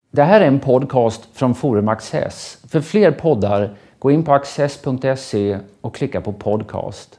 Det här är en podcast från Forum Access. För fler poddar, gå in på access.se och klicka på podcast.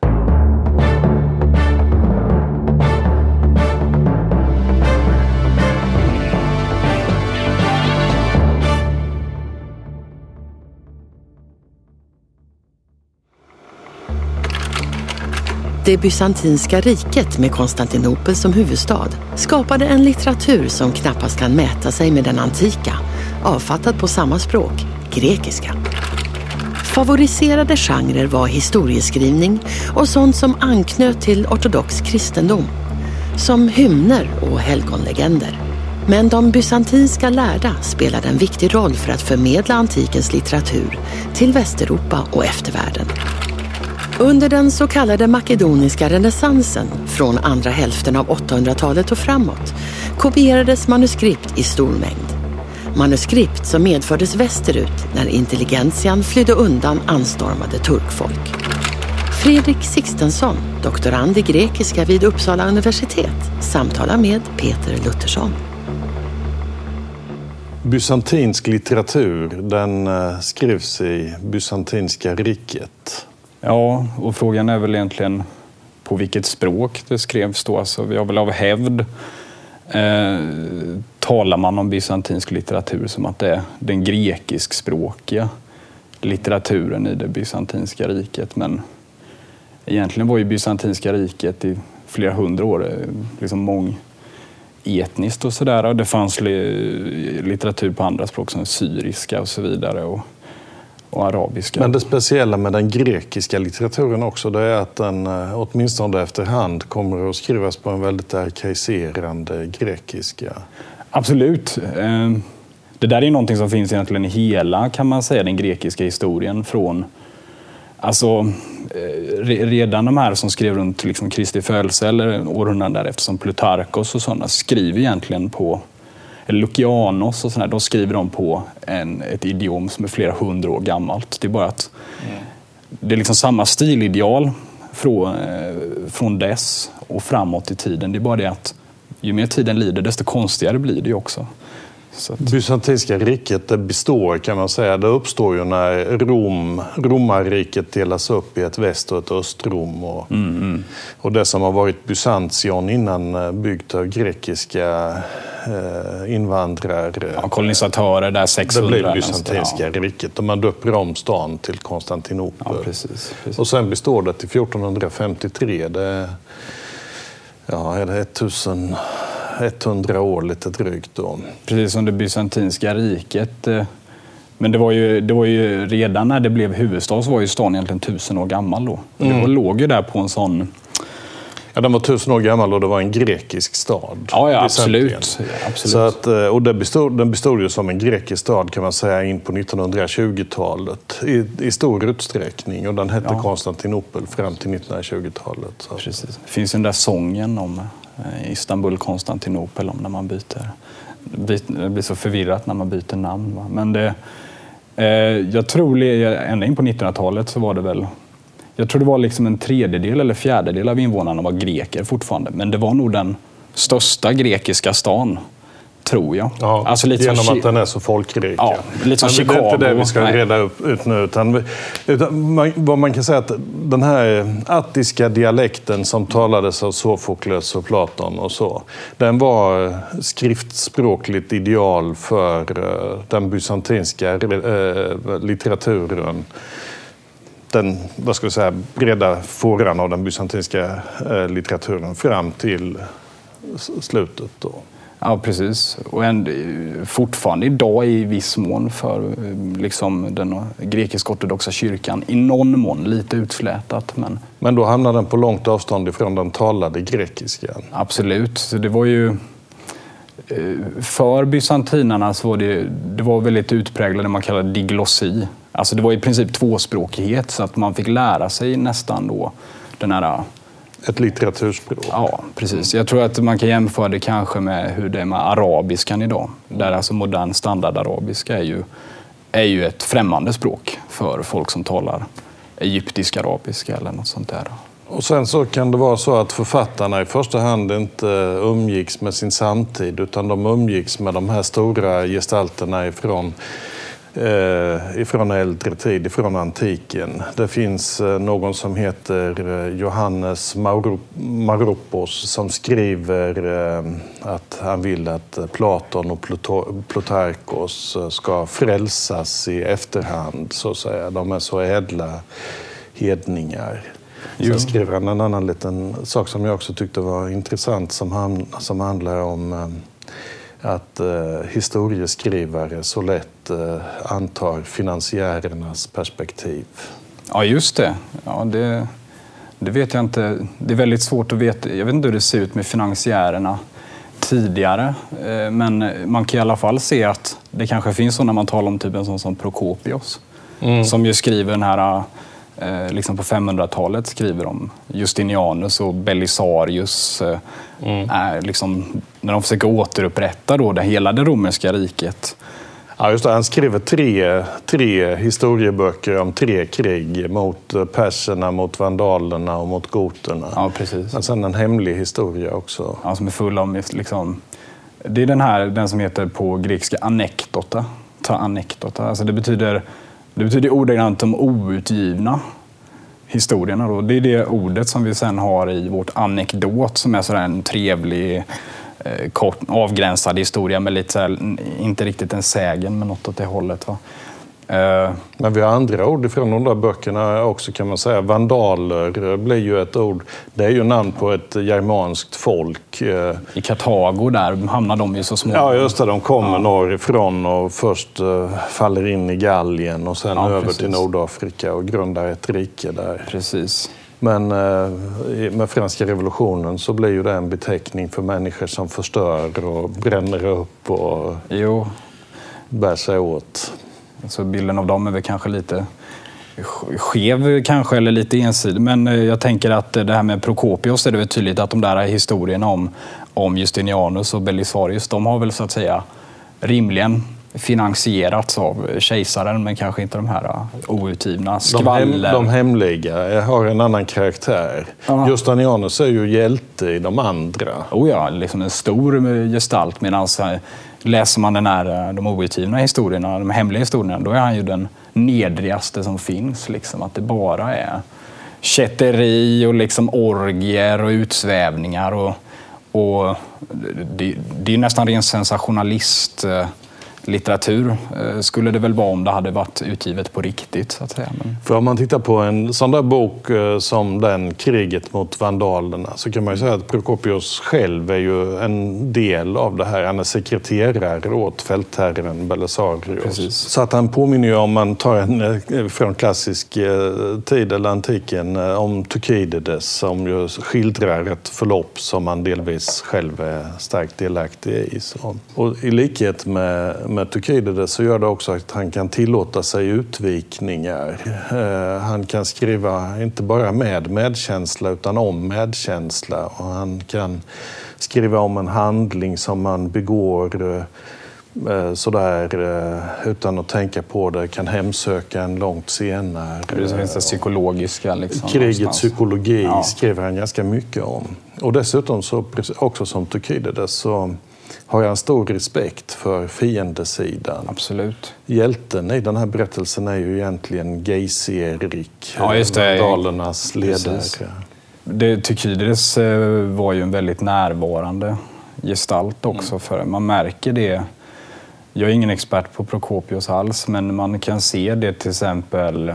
Det bysantinska riket med Konstantinopel som huvudstad skapade en litteratur som knappast kan mäta sig med den antika, avfattad på samma språk, grekiska. Favoriserade genrer var historieskrivning och sånt som anknöt till ortodox kristendom, som hymner och helgonlegender. Men de bysantinska lärda spelade en viktig roll för att förmedla antikens litteratur till Västeuropa och eftervärlden. Under den så kallade makedoniska renässansen från andra hälften av 800-talet och framåt kopierades manuskript i stor mängd. Manuskript som medfördes västerut när intelligentian flydde undan anstormade turkfolk. Fredrik Sixtensson, doktorand i grekiska vid Uppsala universitet, samtalar med Peter Luttersson. Bysantinsk litteratur, den skrivs i bysantinska riket. Ja, och frågan är väl egentligen på vilket språk det skrevs då. Alltså, vi har väl av hävd talar man om bysantinsk litteratur som att det är den grekiskspråkiga litteraturen i det bysantinska riket. Men egentligen var ju bysantinska riket i flera hundra år liksom mångetniskt och sådär. Och det fanns litteratur på andra språk som syriska och så vidare och arabiska. Men det speciella med den grekiska litteraturen också, det är att den åtminstone efterhand kommer att skrivas på en väldigt arkaiserande grekiska. Absolut. Det där är någonting som finns egentligen i hela, kan man säga, den grekiska historien från, alltså redan de här som skrev runt liksom Kristi födelse eller århundraden därefter som Plutarkos och sådana skriver egentligen på, eller Lukianos och sådär, då skriver de på ett idiom som är flera hundra år gammalt. Det är bara att det är liksom samma stilideal från dess och framåt i tiden. Det är bara det att ju mer tiden lider desto konstigare blir det också. Så att bysantinska riket, det består, kan man säga, det uppstår ju när romarriket delas upp i ett väst- och ett östrom och det som har varit Bysantion innan byggt av grekiska invandrare. Ja, kolonisatörer där 600. Det blir bysantinska riket och man döper om stan till Konstantinopel. Ja, precis. Och sen består det till 1453. Det är det 1100 år lite drygt då. Precis som det bysantinska riket. Men det var ju redan när det blev huvudstad så var ju stan egentligen 1000 år gammal då. Det låg ju där på en sån... Ja, den var 1000 år gammal och det var en grekisk stad. Ja, absolut. Så att, och den bestod ju som en grekisk stad, kan man säga, in på 1920-talet i stor utsträckning. Och den hette Konstantinopel fram till 1920-talet. Så. Precis. Det finns ju den där sången om Istanbul-Konstantinopel om när man byter. Det blir så förvirrat när man byter namn. Va? Men jag tror ända in på 1900-talet så var det väl... Jag tror det var liksom en tredjedel eller fjärdedel av invånarna var greker fortfarande. Men det var nog den största grekiska stan, tror jag. Ja, alltså lite genom att den är så folkrik. Ja, lite som Chicago. Det är inte det vi ska reda ut nu. Vad man kan säga att den här attiska dialekten som talades av Sofokles och Platon och så, den var skriftspråkligt ideal för den bysantinska litteraturen. Den, vad ska vi säga, breda fåran av den bysantinska litteraturen fram till slutet då. Ja, precis. Och fortfarande idag i viss mån för liksom den grekisk-ortodoxa kyrkan i någon mån lite utslätat. Men då hamnar den på långt avstånd ifrån den talade grekiskan. Absolut. Så det var ju... För bysantinarna så var det var väldigt utpräglade man kallade diglossi. Alltså det var i princip tvåspråkighet så att man fick lära sig nästan då den här... Ett litteraturspråk. Ja, precis. Jag tror att man kan jämföra det kanske med hur det är med arabiskan idag. Där alltså modern standardarabiska är ju ett främmande språk för folk som talar egyptisk arabiska eller något sånt där. Och sen så kan det vara så att författarna i första hand inte umgicks med sin samtid, utan de umgicks med de här stora gestalterna ifrån äldre tid, ifrån antiken. Det finns någon som heter Johannes Maropos som skriver att han vill att Platon och Plutarkos ska frälsas i efterhand, så att säga. De är så ädla hedningar. Sen skriver han en annan liten sak som jag också tyckte var intressant som handlar om att historieskrivare så lätt antar finansiärernas perspektiv. Ja, just det. Ja, det vet jag inte. Det är väldigt svårt att veta. Jag vet inte hur det ser ut med finansiärerna tidigare. Men man kan i alla fall se att det kanske finns så när man talar om typ en sån som Prokopios. Som ju skriver den här, liksom på 500-talet skriver om Justinianus och Belisarius. Liksom, när de försöker återupprätta då hela det romerska riket. Ja, just det. Han skriver tre historieböcker om 3 krig mot perserna, mot vandalerna och mot goterna. Ja, precis. Men sen en hemlig historia också. Ja, som är full av liksom, det är den som heter på grekiska anekdota. Alltså det betyder ordagrant de outgivna historierna då. Det är det ordet som vi sen har i vårt anekdot, som är sådär en trevlig, kort, avgränsad historia med lite såhär, inte riktigt en sägen, men något åt det hållet, va? Men vi har andra ord från de där böckerna också, kan man säga. Vandaler blir ju ett ord. Det är ju namn på ett germanskt folk. I Kartago där hamnar de ju så små. Ja, just det. De kommer norrifrån och först faller in i Gallien och sen över till Nordafrika och grundar ett rike där. Precis. Men med franska revolutionen så blir ju det en beteckning för människor som förstör och bränner upp och bär sig åt. Så bilden av dem är väl kanske lite skev kanske, eller lite ensidig. Men jag tänker att det här med Prokopios är det väl tydligt att de där historierna om Justinianus och Belisarius, de har väl så att säga rimligen finansierats av kejsaren, men kanske inte de här outgivna skvaller. De hemliga har en annan karaktär. Justinianus är ju hjälte i de andra. Liksom en stor gestalt, medan läser man de outgivna historierna, de hemliga historierna, då är han ju den nedrigaste som finns. Liksom, att det bara är kätteri och liksom orgier och utsvävningar. Och det är nästan ren sensationalist-litteratur skulle det väl vara om det hade varit utgivet på riktigt, så att säga. För om man tittar på en sån där bok som den, Kriget mot vandalerna, så kan man ju säga att Prokopios själv är ju en del av det här. Han är sekreterare åt fältherren Belisarius. Precis. Så att han påminner ju, om man tar en från klassisk tid eller antiken, om Thukydides, som ju skildrar ett förlopp som han delvis själv är starkt delaktig i. Så. Och i likhet med Thukydides så gör det också att han kan tillåta sig utvikningar. Han kan skriva inte bara med medkänsla utan om medkänsla. Och han kan skriva om en handling som man begår sådär utan att tänka på det, kan hemsöka en långt senare. Det finns det psykologiska. Liksom, krigets psykologi skriver han ganska mycket om. Och dessutom, så, också som Thukydides, så har jag en stor respekt för fiendesidan. Absolut. Hjälten i den här berättelsen är ju egentligen Geisi-Erik, vandalernas ledare. Thukydides var ju en väldigt närvarande gestalt också. För man märker det. Jag är ingen expert på Prokopios alls, men man kan se det till exempel.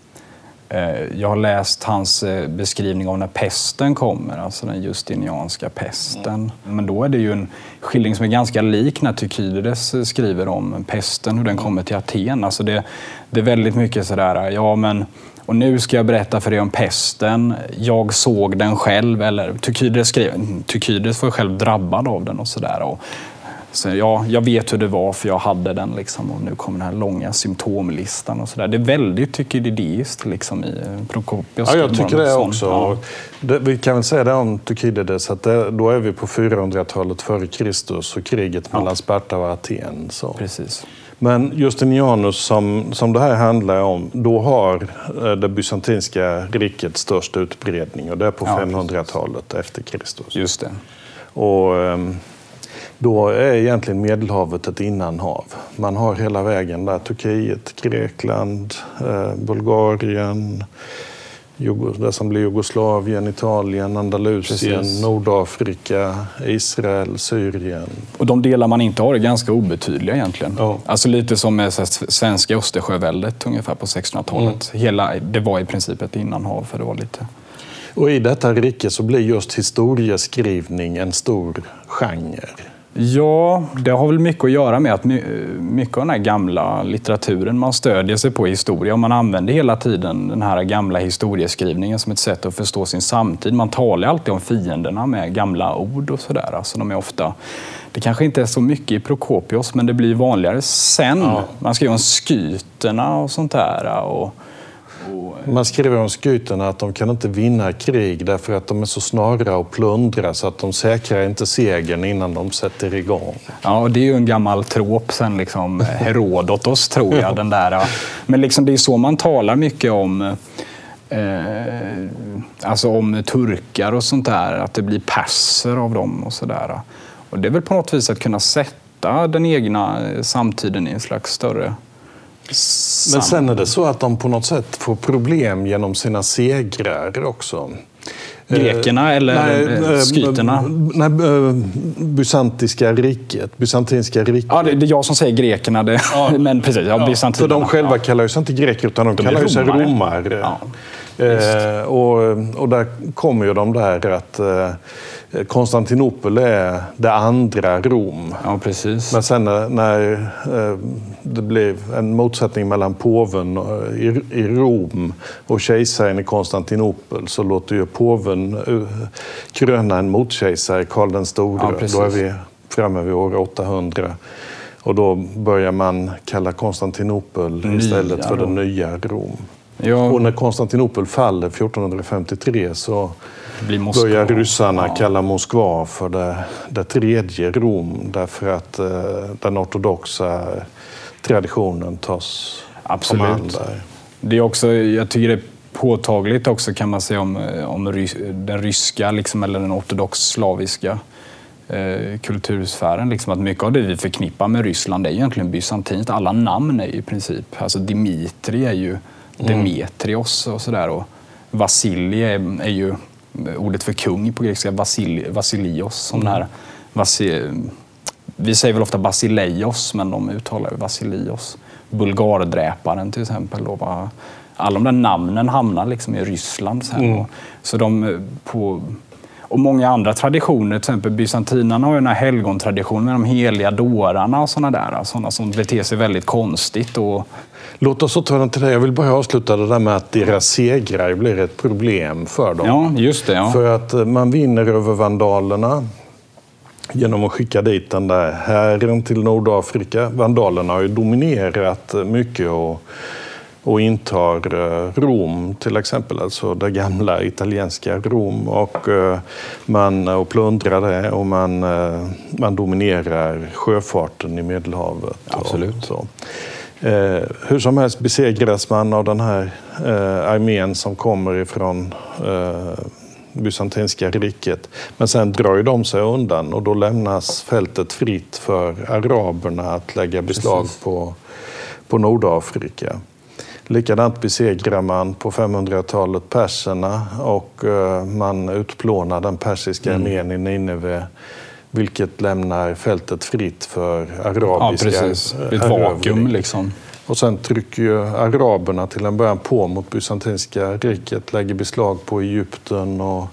Jag har läst hans beskrivning av när pesten kommer, alltså den justinianska pesten. Men då är det ju en skildring som är ganska lik när Thukydides skriver om pesten, hur den kommer till Aten. Alltså det är väldigt mycket sådär, och nu ska jag berätta för dig om pesten. Jag såg den själv, eller Thukydides var själv drabbad av den och sådär. Så jag vet hur det var för jag hade den liksom, och nu kommer den här långa symptomlistan och sådär. Det är väldigt tykidideiskt liksom i Prokopios. Ja, jag tycker det också. Ja. Vi kan väl säga det om Tukidides att då är vi på 400-talet före Kristus och kriget mellan Sparta och Aten. Så. Precis. Men Justinianus som det här handlar om, då har det bysantinska riket störst utbredning och det är på 500-talet efter Kristus. Just det. Och då är egentligen Medelhavet ett innanhav. Man har hela vägen där, Turkiet, Grekland, Bulgarien, det som blir Jugoslavien, Italien, Andalusien, precis. Nordafrika, Israel, Syrien. Och de delar man inte har är ganska obetydliga egentligen. Ja. Alltså lite som med svenska Östersjöväldet ungefär på 1600-talet. Det var i princip ett innanhav för det var lite... Och i detta rike så blir just historieskrivning en stor genre. Ja, det har väl mycket att göra med att mycket av den här gamla litteraturen man stödjer sig på i historia och man använder hela tiden den här gamla historieskrivningen som ett sätt att förstå sin samtid. Man talar alltid om fienderna med gamla ord och sådär. Alltså de är ofta, det kanske inte är så mycket i Prokopios men det blir vanligare sen. Ja. Man skriver om skyterna och sånt där man skriver om skyterna att de kan inte vinna krig därför att de är så snara och plundra så att de säkrar inte segern innan de sätter igång. Ja, och det är ju en gammal trop sen liksom Herodotos tror jag den där. Men liksom det är så man talar mycket om alltså om turkar och sånt där, att det blir perser av dem och sådär. Och det är väl på något vis att kunna sätta den egna samtiden i en slags större. Men sen är det så att de på något sätt får problem genom sina segrar också. Grekerna eller skyterna? Nej, bysantinska riket. Ja, det är jag som säger grekerna. Men precis, bysantinerna. För de själva kallar ju sig inte greker utan de kallar sig romare. Ja. Och där kommer ju de där att Konstantinopel är det andra Rom. Ja, precis. Men sen när det blev en motsättning mellan påven i Rom och kejsaren i Konstantinopel så låter ju påven kröna en motkejsare, Karl den store. Ja, då är vi framme vid år 800. Och då börjar man kalla Konstantinopel istället för det nya Rom. Ja. Och när Konstantinopel faller 1453 så börjar ryssarna kalla Moskva för det tredje Rom därför att den ortodoxa traditionen tas om hand där. Det är också, jag tycker det är påtagligt också kan man säga om den ryska liksom, eller den ortodox-slaviska kultursfären. Liksom, att mycket av det vi förknippar med Ryssland är egentligen bysantinskt. Alla namn är ju i princip, alltså Dimitri är ju Demetrios och sådär och Vasilij är ju ordet för kung på grekiska, Vasilios som här vi säger väl ofta Basileios men de uttalar ju Vasilios. Bulgardräparen till exempel då, alla de där namnen hamnar liksom i Ryssland sen så och många andra traditioner, till exempel bysantinarna har ju den här helgontraditionen med de heliga dårarna och sådana som beter sig väldigt konstigt. Låt oss ta den till det. Jag vill bara avsluta det där med att deras segrar blir ett problem för dem. Ja, just det. Ja. För att man vinner över vandalerna genom att skicka dit den där hären till Nordafrika. Vandalerna har ju dominerat mycket och intar Rom till exempel, alltså det gamla italienska Rom och plundrar det och man dominerar sjöfarten i Medelhavet. Absolut. Och så. Hur som helst besegras man av den här armén som kommer ifrån bysantinska riket. Men sen drar ju de sig undan och då lämnas fältet fritt för araberna att lägga beslag på Nordafrika. Likadant besegrar man på 500-talet perserna och man utplånar den persiska armén i Nineve, vilket lämnar fältet fritt för arabiska ett vakuum liksom. Och sen trycker ju araberna till en början på mot bysantinska riket, lägger beslag på Egypten och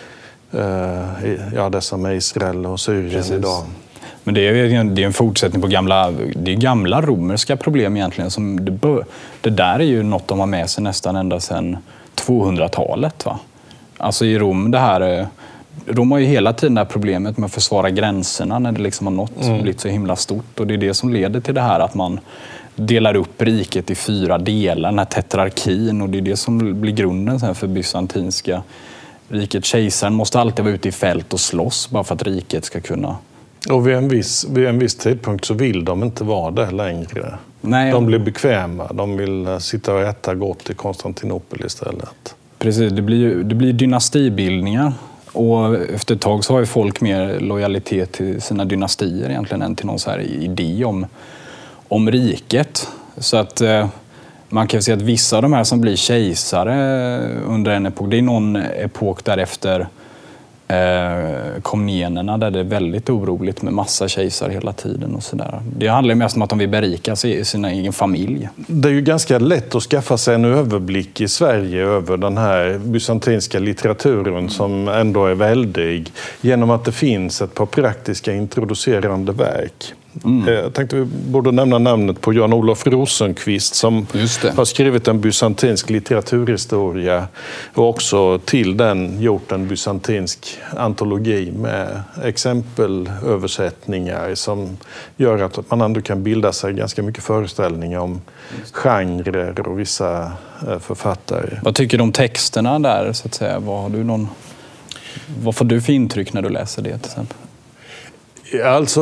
det som är Israel och Syrien idag. Men det är en fortsättning på gamla romerska problem egentligen. Det där är ju något de har med sig nästan ända sedan 200-talet. Va? Alltså i Rom, det här de har ju hela tiden det här problemet med att försvara gränserna när det liksom har blivit så himla stort. Och det är det som leder till det här att man delar upp riket i 4 delar, den här tetrarkin. Och det är det som blir grunden sen för bysantinska riket. Kejsaren måste alltid vara ute i fält och slåss bara för att riket ska kunna... Och vid en viss tidpunkt så vill de inte vara där längre. Nej, de blir bekväma. De vill sitta och äta gott i Konstantinopel istället. Precis, det blir dynastibildningar. Och efter ett tag så har ju folk mer lojalitet till sina dynastier egentligen än till någon så här idé om riket. Så att man kan säga att vissa av de här som blir kejsare under en epok, det är någon epok därefter komnenerna där det är väldigt oroligt med massa kejsare hela tiden och sådär. Det handlar mest om att de vill berika sin egen familj. Det är ju ganska lätt att skaffa sig en överblick i Sverige över den här bysantinska litteraturen som ändå är väldig genom att det finns ett par praktiska introducerande verk. Jag tänkte vi borde nämna namnet på Jan-Olof Rosenqvist som har skrivit en bysantinsk litteraturhistoria och också till den gjort en bysantinsk antologi med exempelöversättningar som gör att man ändå kan bilda sig ganska mycket föreställningar om genrer och vissa författare. Vad tycker du om texterna där så att säga? Vad får du för intryck när du läser det till exempel? Alltså,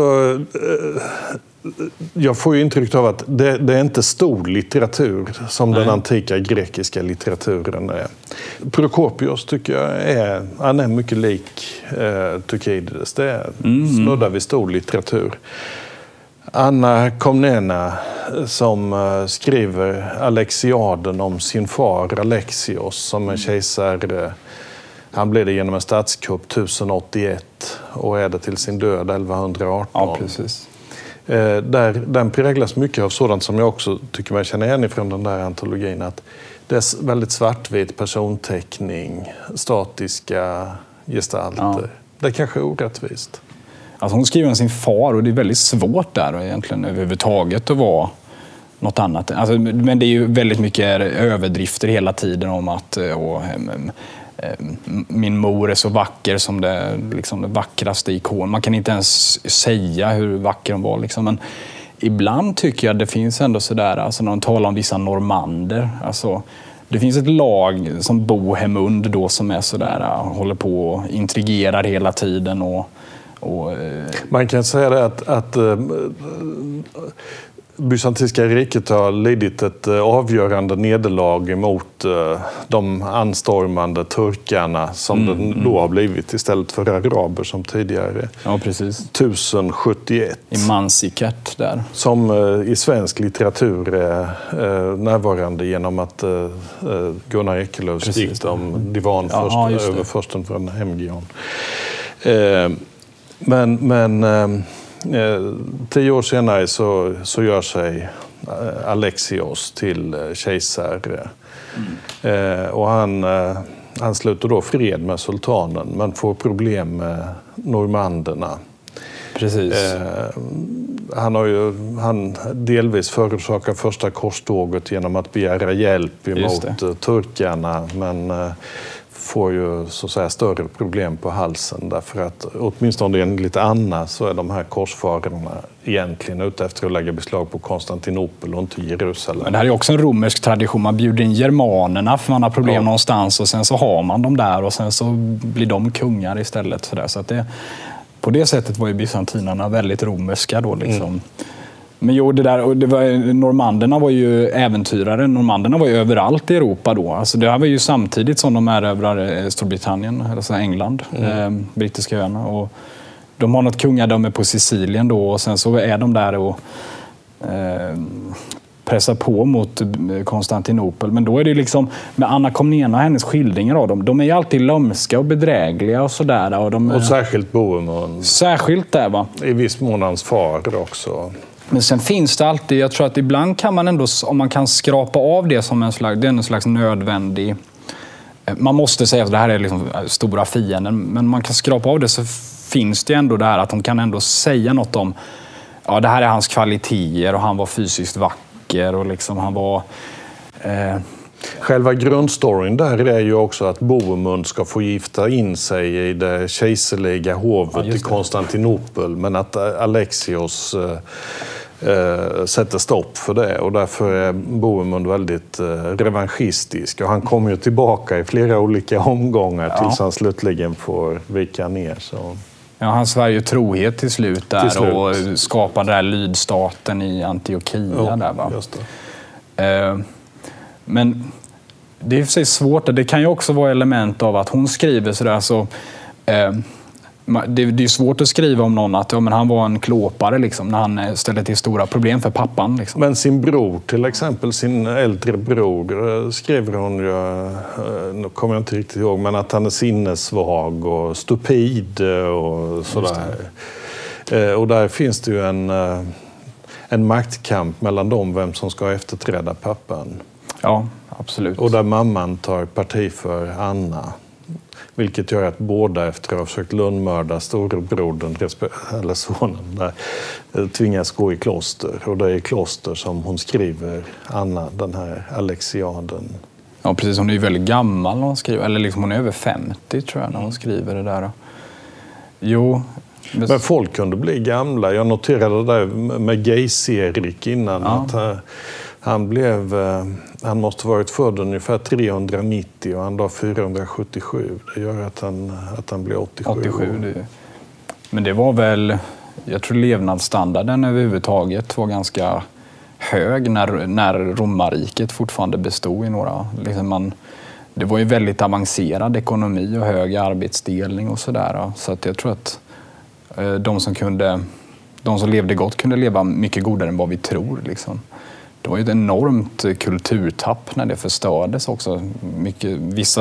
jag får ju intryck av att det är inte stor litteratur som den antika grekiska litteraturen är. Prokopios tycker jag han är mycket lik Tukidides. Det är snuddar vid stor litteratur. Anna Komnena som skriver Alexiaden om sin far Alexios som är kejsare. Han blev det genom en statskupp 1081 och är det till sin död 1118. Ja, precis. Den präglas mycket av sådant som jag också tycker man känner igen ifrån den där antologin. Att det är väldigt svartvit personteckning, statiska gestalter. Ja. Det är kanske orättvist. Alltså hon skriver om sin far och det är väldigt svårt där egentligen överhuvudtaget att vara något annat. Alltså, men det är ju väldigt mycket överdrifter hela tiden om att... min mor är så vacker som det vackraste ikon. Man kan inte ens säga hur vacker hon var. Liksom. Men ibland tycker jag det finns ändå sådär, alltså när de talar om vissa normander. Alltså, det finns ett lag som Bohemund då som är sådär, håller på och intrigerar hela tiden. Man kan säga det att bysantinska riket har lidit ett avgörande nederlag emot de anstormande turkarna som det då har blivit istället för araber som tidigare. Ja, precis. 1071. I Mansikat där. Som i svensk litteratur är närvarande genom att Gunnar Ekelöfs dikt om divan över försten från Hemgion. Men 10 år senare så gör sig Alexios till kejsare. Och han sluter då fred med sultanen men får problem med normanderna. Precis. Han delvis förorsakar första korståget genom att begära hjälp emot turkarna men får ju så att säga större problem på halsen därför att åtminstone enligt Anna så är de här korsfararna egentligen ute efter att lägga beslag på Konstantinopel och inte Jerusalem. Men det här är också en romersk tradition. Man bjuder in germanerna för man har problem någonstans och sen så har man dem där och sen så blir de kungar istället. Så att på det sättet var ju bysantinerna väldigt romerska då liksom. Men normanderna var ju äventyrare. Normanderna var ju överallt i Europa då. Alltså det här var ju samtidigt som de erövrar Storbritannien, alltså England, brittiska öarna. Och de har något kungadöme på Sicilien då och sen så är de där och pressar på mot Konstantinopel. Men då är det liksom med Anna Komnena och hennes skildringar av dem. De är ju alltid lömska och bedrägliga och sådär. Och särskilt Bohemund. Särskilt där va? I viss mån hans far också. Men sen finns det alltid, jag tror att ibland kan man ändå, om man kan skrapa av det som det är en slags nödvändig, man måste säga att det här är liksom stora fienden, men man kan skrapa av det så finns det ändå det här att de kan ändå säga något om, ja det här är hans kvaliteter och han var fysiskt vacker och liksom han var, Själva grundstoryn där är ju också att Bohemund ska få gifta in sig i det kejserliga hovet i Konstantinopel, men att Alexios sätter stopp för det, och därför är Bohemund väldigt revanchistisk, och han kommer ju tillbaka i flera olika omgångar tills han slutligen får vika ner. Så. Ja, han svär ju trohet till slut där och skapar den där lydstaten i Antiochia där, va? Just det. Men det är i och för sig svårt. Det kan ju också vara element av att hon skriver sådär så... Det är svårt att skriva om någon att men han var en klåpare liksom, när han ställde till stora problem för pappan. Liksom. Men sin bror till exempel, sin äldre bror, skriver hon ju, nu kommer jag inte riktigt ihåg, men att han är sinnessvag och stupid och sådär. Och där finns det ju en maktkamp mellan dem, vem som ska efterträda pappan. Ja, absolut. Och där mamman tar parti för Anna. Vilket gör att båda efter att ha försökt lönnmörda storebrodern eller sonen där, tvingas gå i kloster. Och det är i kloster som hon skriver Anna, den här Alexiaden. Ja, precis. Hon är ju väldigt gammal när hon skriver. Eller liksom hon är över 50 tror jag när hon skriver det där. Jo. Men folk kunde bli gamla. Jag noterade det där med Geis-Erik innan. Att han måste ha varit född ungefär 390 och han var 477. Det gör att han blir 87. Men det var väl, jag tror levnadsstandarden överhuvudtaget var ganska hög när romarriket fortfarande bestod i några. Liksom det var ju väldigt avancerad ekonomi och hög arbetsdelning och sådär. Så att jag tror att de som levde gott kunde leva mycket godare än vad vi tror liksom. Det var ju ett enormt kulturtapp när det förstördes också. Vissa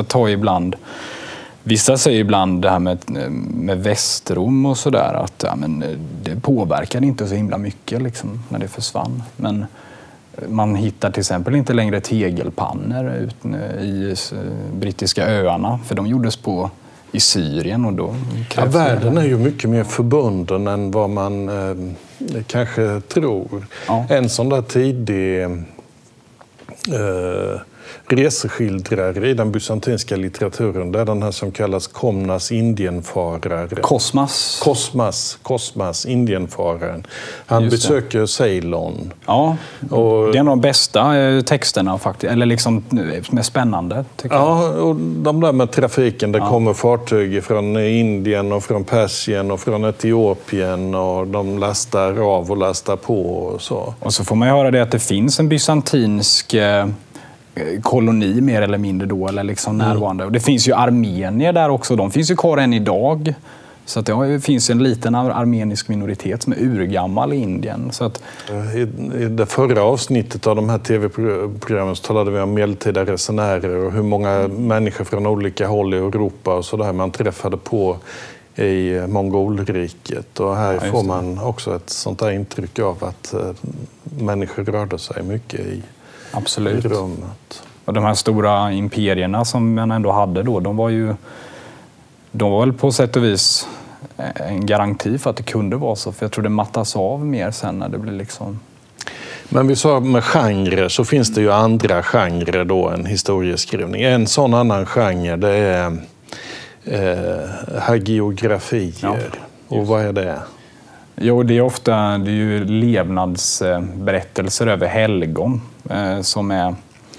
säger ibland det här med Västrom och sådär att det påverkade inte så himla mycket liksom, när det försvann. Men man hittar till exempel inte längre tegelpannor i brittiska öarna, för de gjordes i Syrien. Och då världen är ju mycket mer förbunden än vad man kanske tror. Ja. En sån där tidig reseskildrare i den bysantinska litteraturen, det är den här som kallas Komnas indienfarare. Kosmas, indienfararen. Han besöker Ceylon. Ja, och det är en av de bästa texterna faktiskt, eller liksom mest spännande tycker jag. Ja, och de där med trafiken, det kommer fartyg från Indien och från Persien och från Etiopien och de lastar av och lastar på och så. Och så får man höra det att det finns en bysantinsk koloni mer eller mindre då, eller liksom närvarande. Och det finns ju armenier där också, de finns ju kvar än idag. Så att det finns en liten armenisk minoritet som är urgammal i Indien. Så att... I det förra avsnittet av de här tv-programmen så talade vi om medeltida resenärer och hur många människor från olika håll i Europa och sådär man träffade på i Mongolriket. Och här får man också ett sånt där intryck av att människor rörde sig mycket i rummet. Och de här stora imperierna som man ändå hade då, de var väl på sätt och vis en garanti för att det kunde vara så. För jag tror det mattas av mer sen när det blir liksom... Men vi sa med genre så finns det ju andra genrer då än historieskrivning. En sån annan genre det är hagiografier. Ja, och vad är det? Jo, det är ju levnadsberättelser över helgon som är...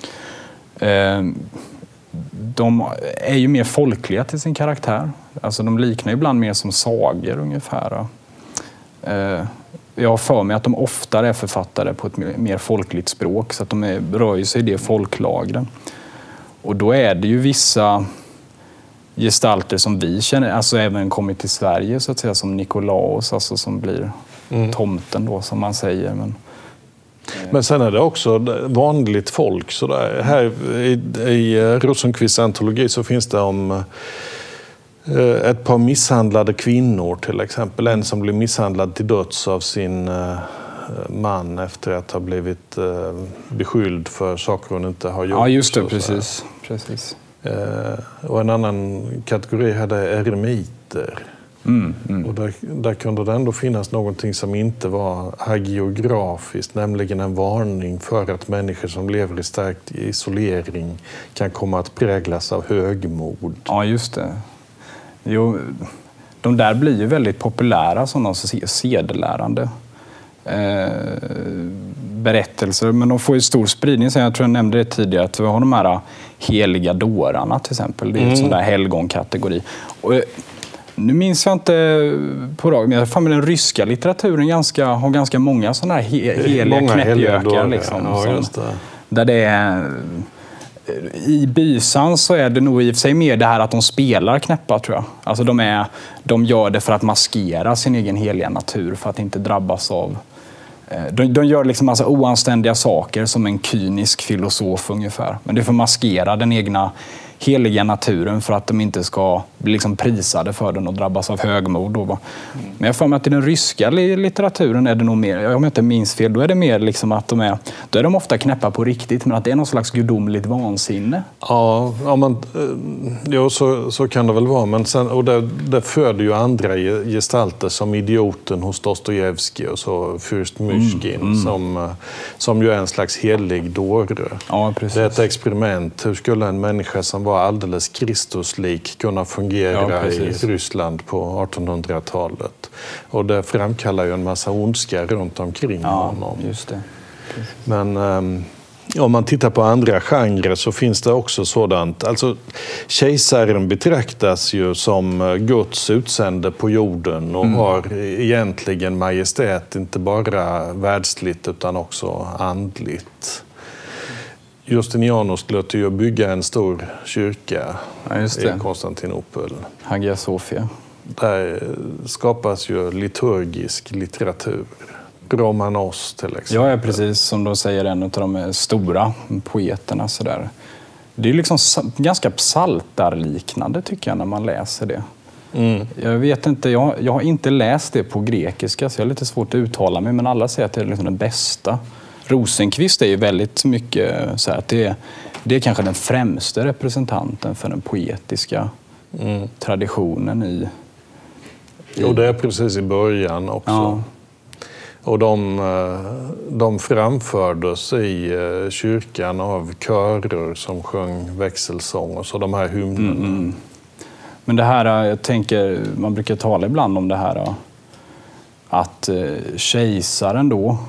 De är ju mer folkliga till sin karaktär. Alltså de liknar ibland mer som sagor ungefär. Jag har för mig att de oftare är författade på ett mer folkligt språk, så att de rör sig i det folklagren. Och då är det ju vissa gestalter som vi känner, alltså även kommit till Sverige så att säga, som Nikolaus, alltså som blir tomten då som man säger. Men sen är det också vanligt folk. Sådär. Här i Rosenqvists antologi så finns det om ett par misshandlade kvinnor till exempel. En som blir misshandlad till döds av sin man efter att ha blivit beskylld för saker hon inte har gjort. Ja, just det, precis. Och en annan kategori hade eremiter. Och där kunde det ändå finnas någonting som inte var hagiografiskt, nämligen en varning för att människor som lever i stark isolering kan komma att präglas av högmod. Ja, just det. Jo, de där blir ju väldigt populära som någon sedelärande berättelser, men de får ju stor spridning. Så jag tror jag nämnde det tidigare, att vi har de här heliga dårarna till exempel. Det är en sån där helgonkategori. Och nu minns jag inte på dag, men jag får med den ryska litteraturen har ganska många sådana här heliga knäppjökar. Liksom, ja, just det. Där det är... I Bysan så är det nog i och för sig mer det här att de spelar knäppa, tror jag. Alltså de gör det för att maskera sin egen heliga natur, för att inte drabbas av... De gör liksom massa oanständiga saker som en kynisk filosof ungefär. Men det är för att maskera den egna heliga naturen, för att de inte ska bli liksom prisade för den och drabbas av högmod. Då. Men jag får mig att i den ryska litteraturen är det nog mer, om jag inte minns fel, då är det mer liksom att då är de ofta knäppa på riktigt, men att det är någon slags gudomligt vansinne. Ja, så kan det väl vara. Men sen, och det föder ju andra gestalter som idioten hos Dostojevskij och så Fürst Myshkin som ju är en slags helig dåre. Ja, precis. Det är ett experiment. Hur skulle en människa som var alldeles Kristuslik kunna fungera i Ryssland på 1800-talet? Och det framkallar ju en massa ondska runt omkring honom. Just det. Precis. Men om man tittar på andra genrer så finns det också sådant. Alltså, kejsaren betraktas ju som Guds utsände på jorden och har egentligen majestät, inte bara världsligt utan också andligt. Justinianus låter ju bygga en stor kyrka i Konstantinopel. Hagia Sophia. Där skapas ju liturgisk litteratur. Romanos till exempel. Ja, precis som de säger, en av de stora poeterna. Sådär. Det är liksom ganska psaltarliknande tycker jag när man läser det. Jag vet inte, jag har inte läst det på grekiska så jag har lite svårt att uttala mig, men alla säger att det är liksom den bästa. Rosenqvist är ju väldigt mycket så här att det är kanske den främsta representanten för den poetiska traditionen i... Och det är precis i början också. Ja. Och de framfördes i kyrkan av körer som sjöng växelsång och så de här hymnerna. Men det här, jag tänker, man brukar tala ibland om det här att kejsaren då,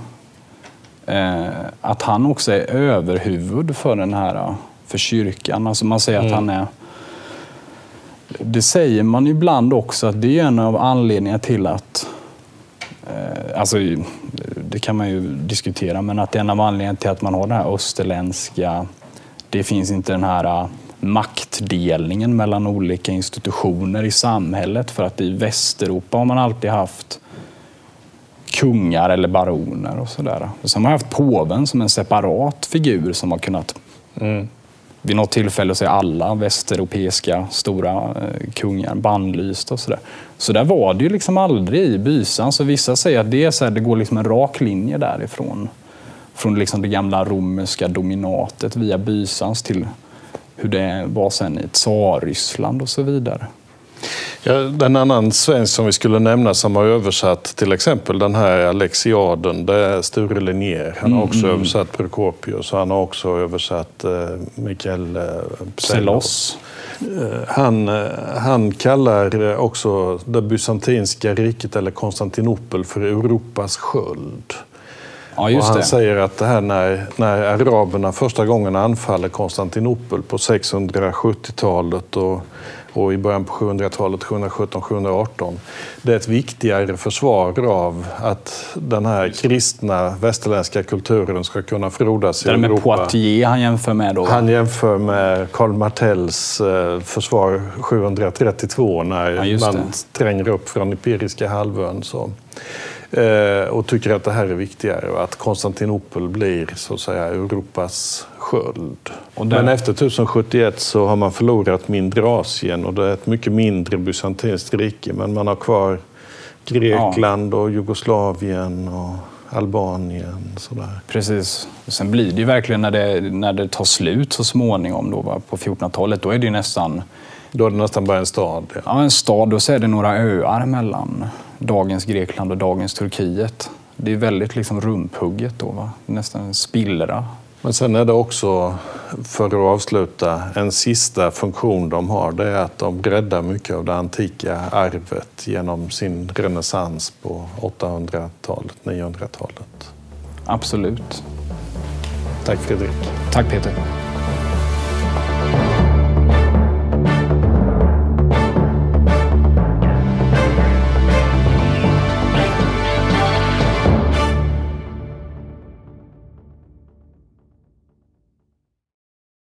att han också är överhuvud för kyrkan. Alltså man säger att han är... Det säger man ibland också att det är en av anledningarna till att... Alltså det kan man ju diskutera, men att det är en av anledningarna till att man har den här österländska... Det finns inte den här maktdelningen mellan olika institutioner i samhället, för att i Västeuropa har man alltid haft kungar eller baroner och sådär. Och sen har man haft påven som en separat figur som har kunnat vid något tillfälle se alla västeuropeiska stora kungar bannlyst och sådär. Så där var det ju liksom aldrig i Bysan. Så vissa säger att det är så här, det går liksom en rak linje därifrån. Från liksom det gamla romerska dominatet via Bysans till hur det var sen i Tsarryssland och så vidare. Ja, en annan svensk som vi skulle nämna som har översatt till exempel den här Alexiaden, det är Sture Linnér. Han har också översatt Prokopius och han har också översatt Mikael Psellos. Han kallar också det bysantinska riket eller Konstantinopel för Europas sköld. Ja, just och han det. säger att det här när araberna första gången anfaller Konstantinopel på 670-talet och i början på 700-talet, 717-718. Det är ett viktigare försvar av att den här kristna västerländska kulturen ska kunna frodas i Europa. Det med Poitiers han jämför med då? Han jämför med Karl Martells försvar 732 när man tränger upp från Iberiska halvön. Så. Och tycker att det här är viktigare och att Konstantinopel blir så att säga Europas sköld. Men efter 1071 så har man förlorat mindre Asien och det är ett mycket mindre bysantinskt rike, men man har kvar Grekland och Jugoslavien och Albanien. Sådär. Precis. Sen blir det ju verkligen när det tar slut så småningom då, på 1400-talet, då är det ju nästan Då är det nästan bara en stad. Ja. Ja, en stad, och så är det några öar mellan dagens Grekland och dagens Turkiet. Det är väldigt liksom rumphugget då, va? Nästan en spillra. Men sen är det också, för att avsluta, en sista funktion de har. Det är att de breddar mycket av det antika arvet genom sin renässans på 800-talet, 900-talet. Absolut. Tack Fredrik. Tack Peter.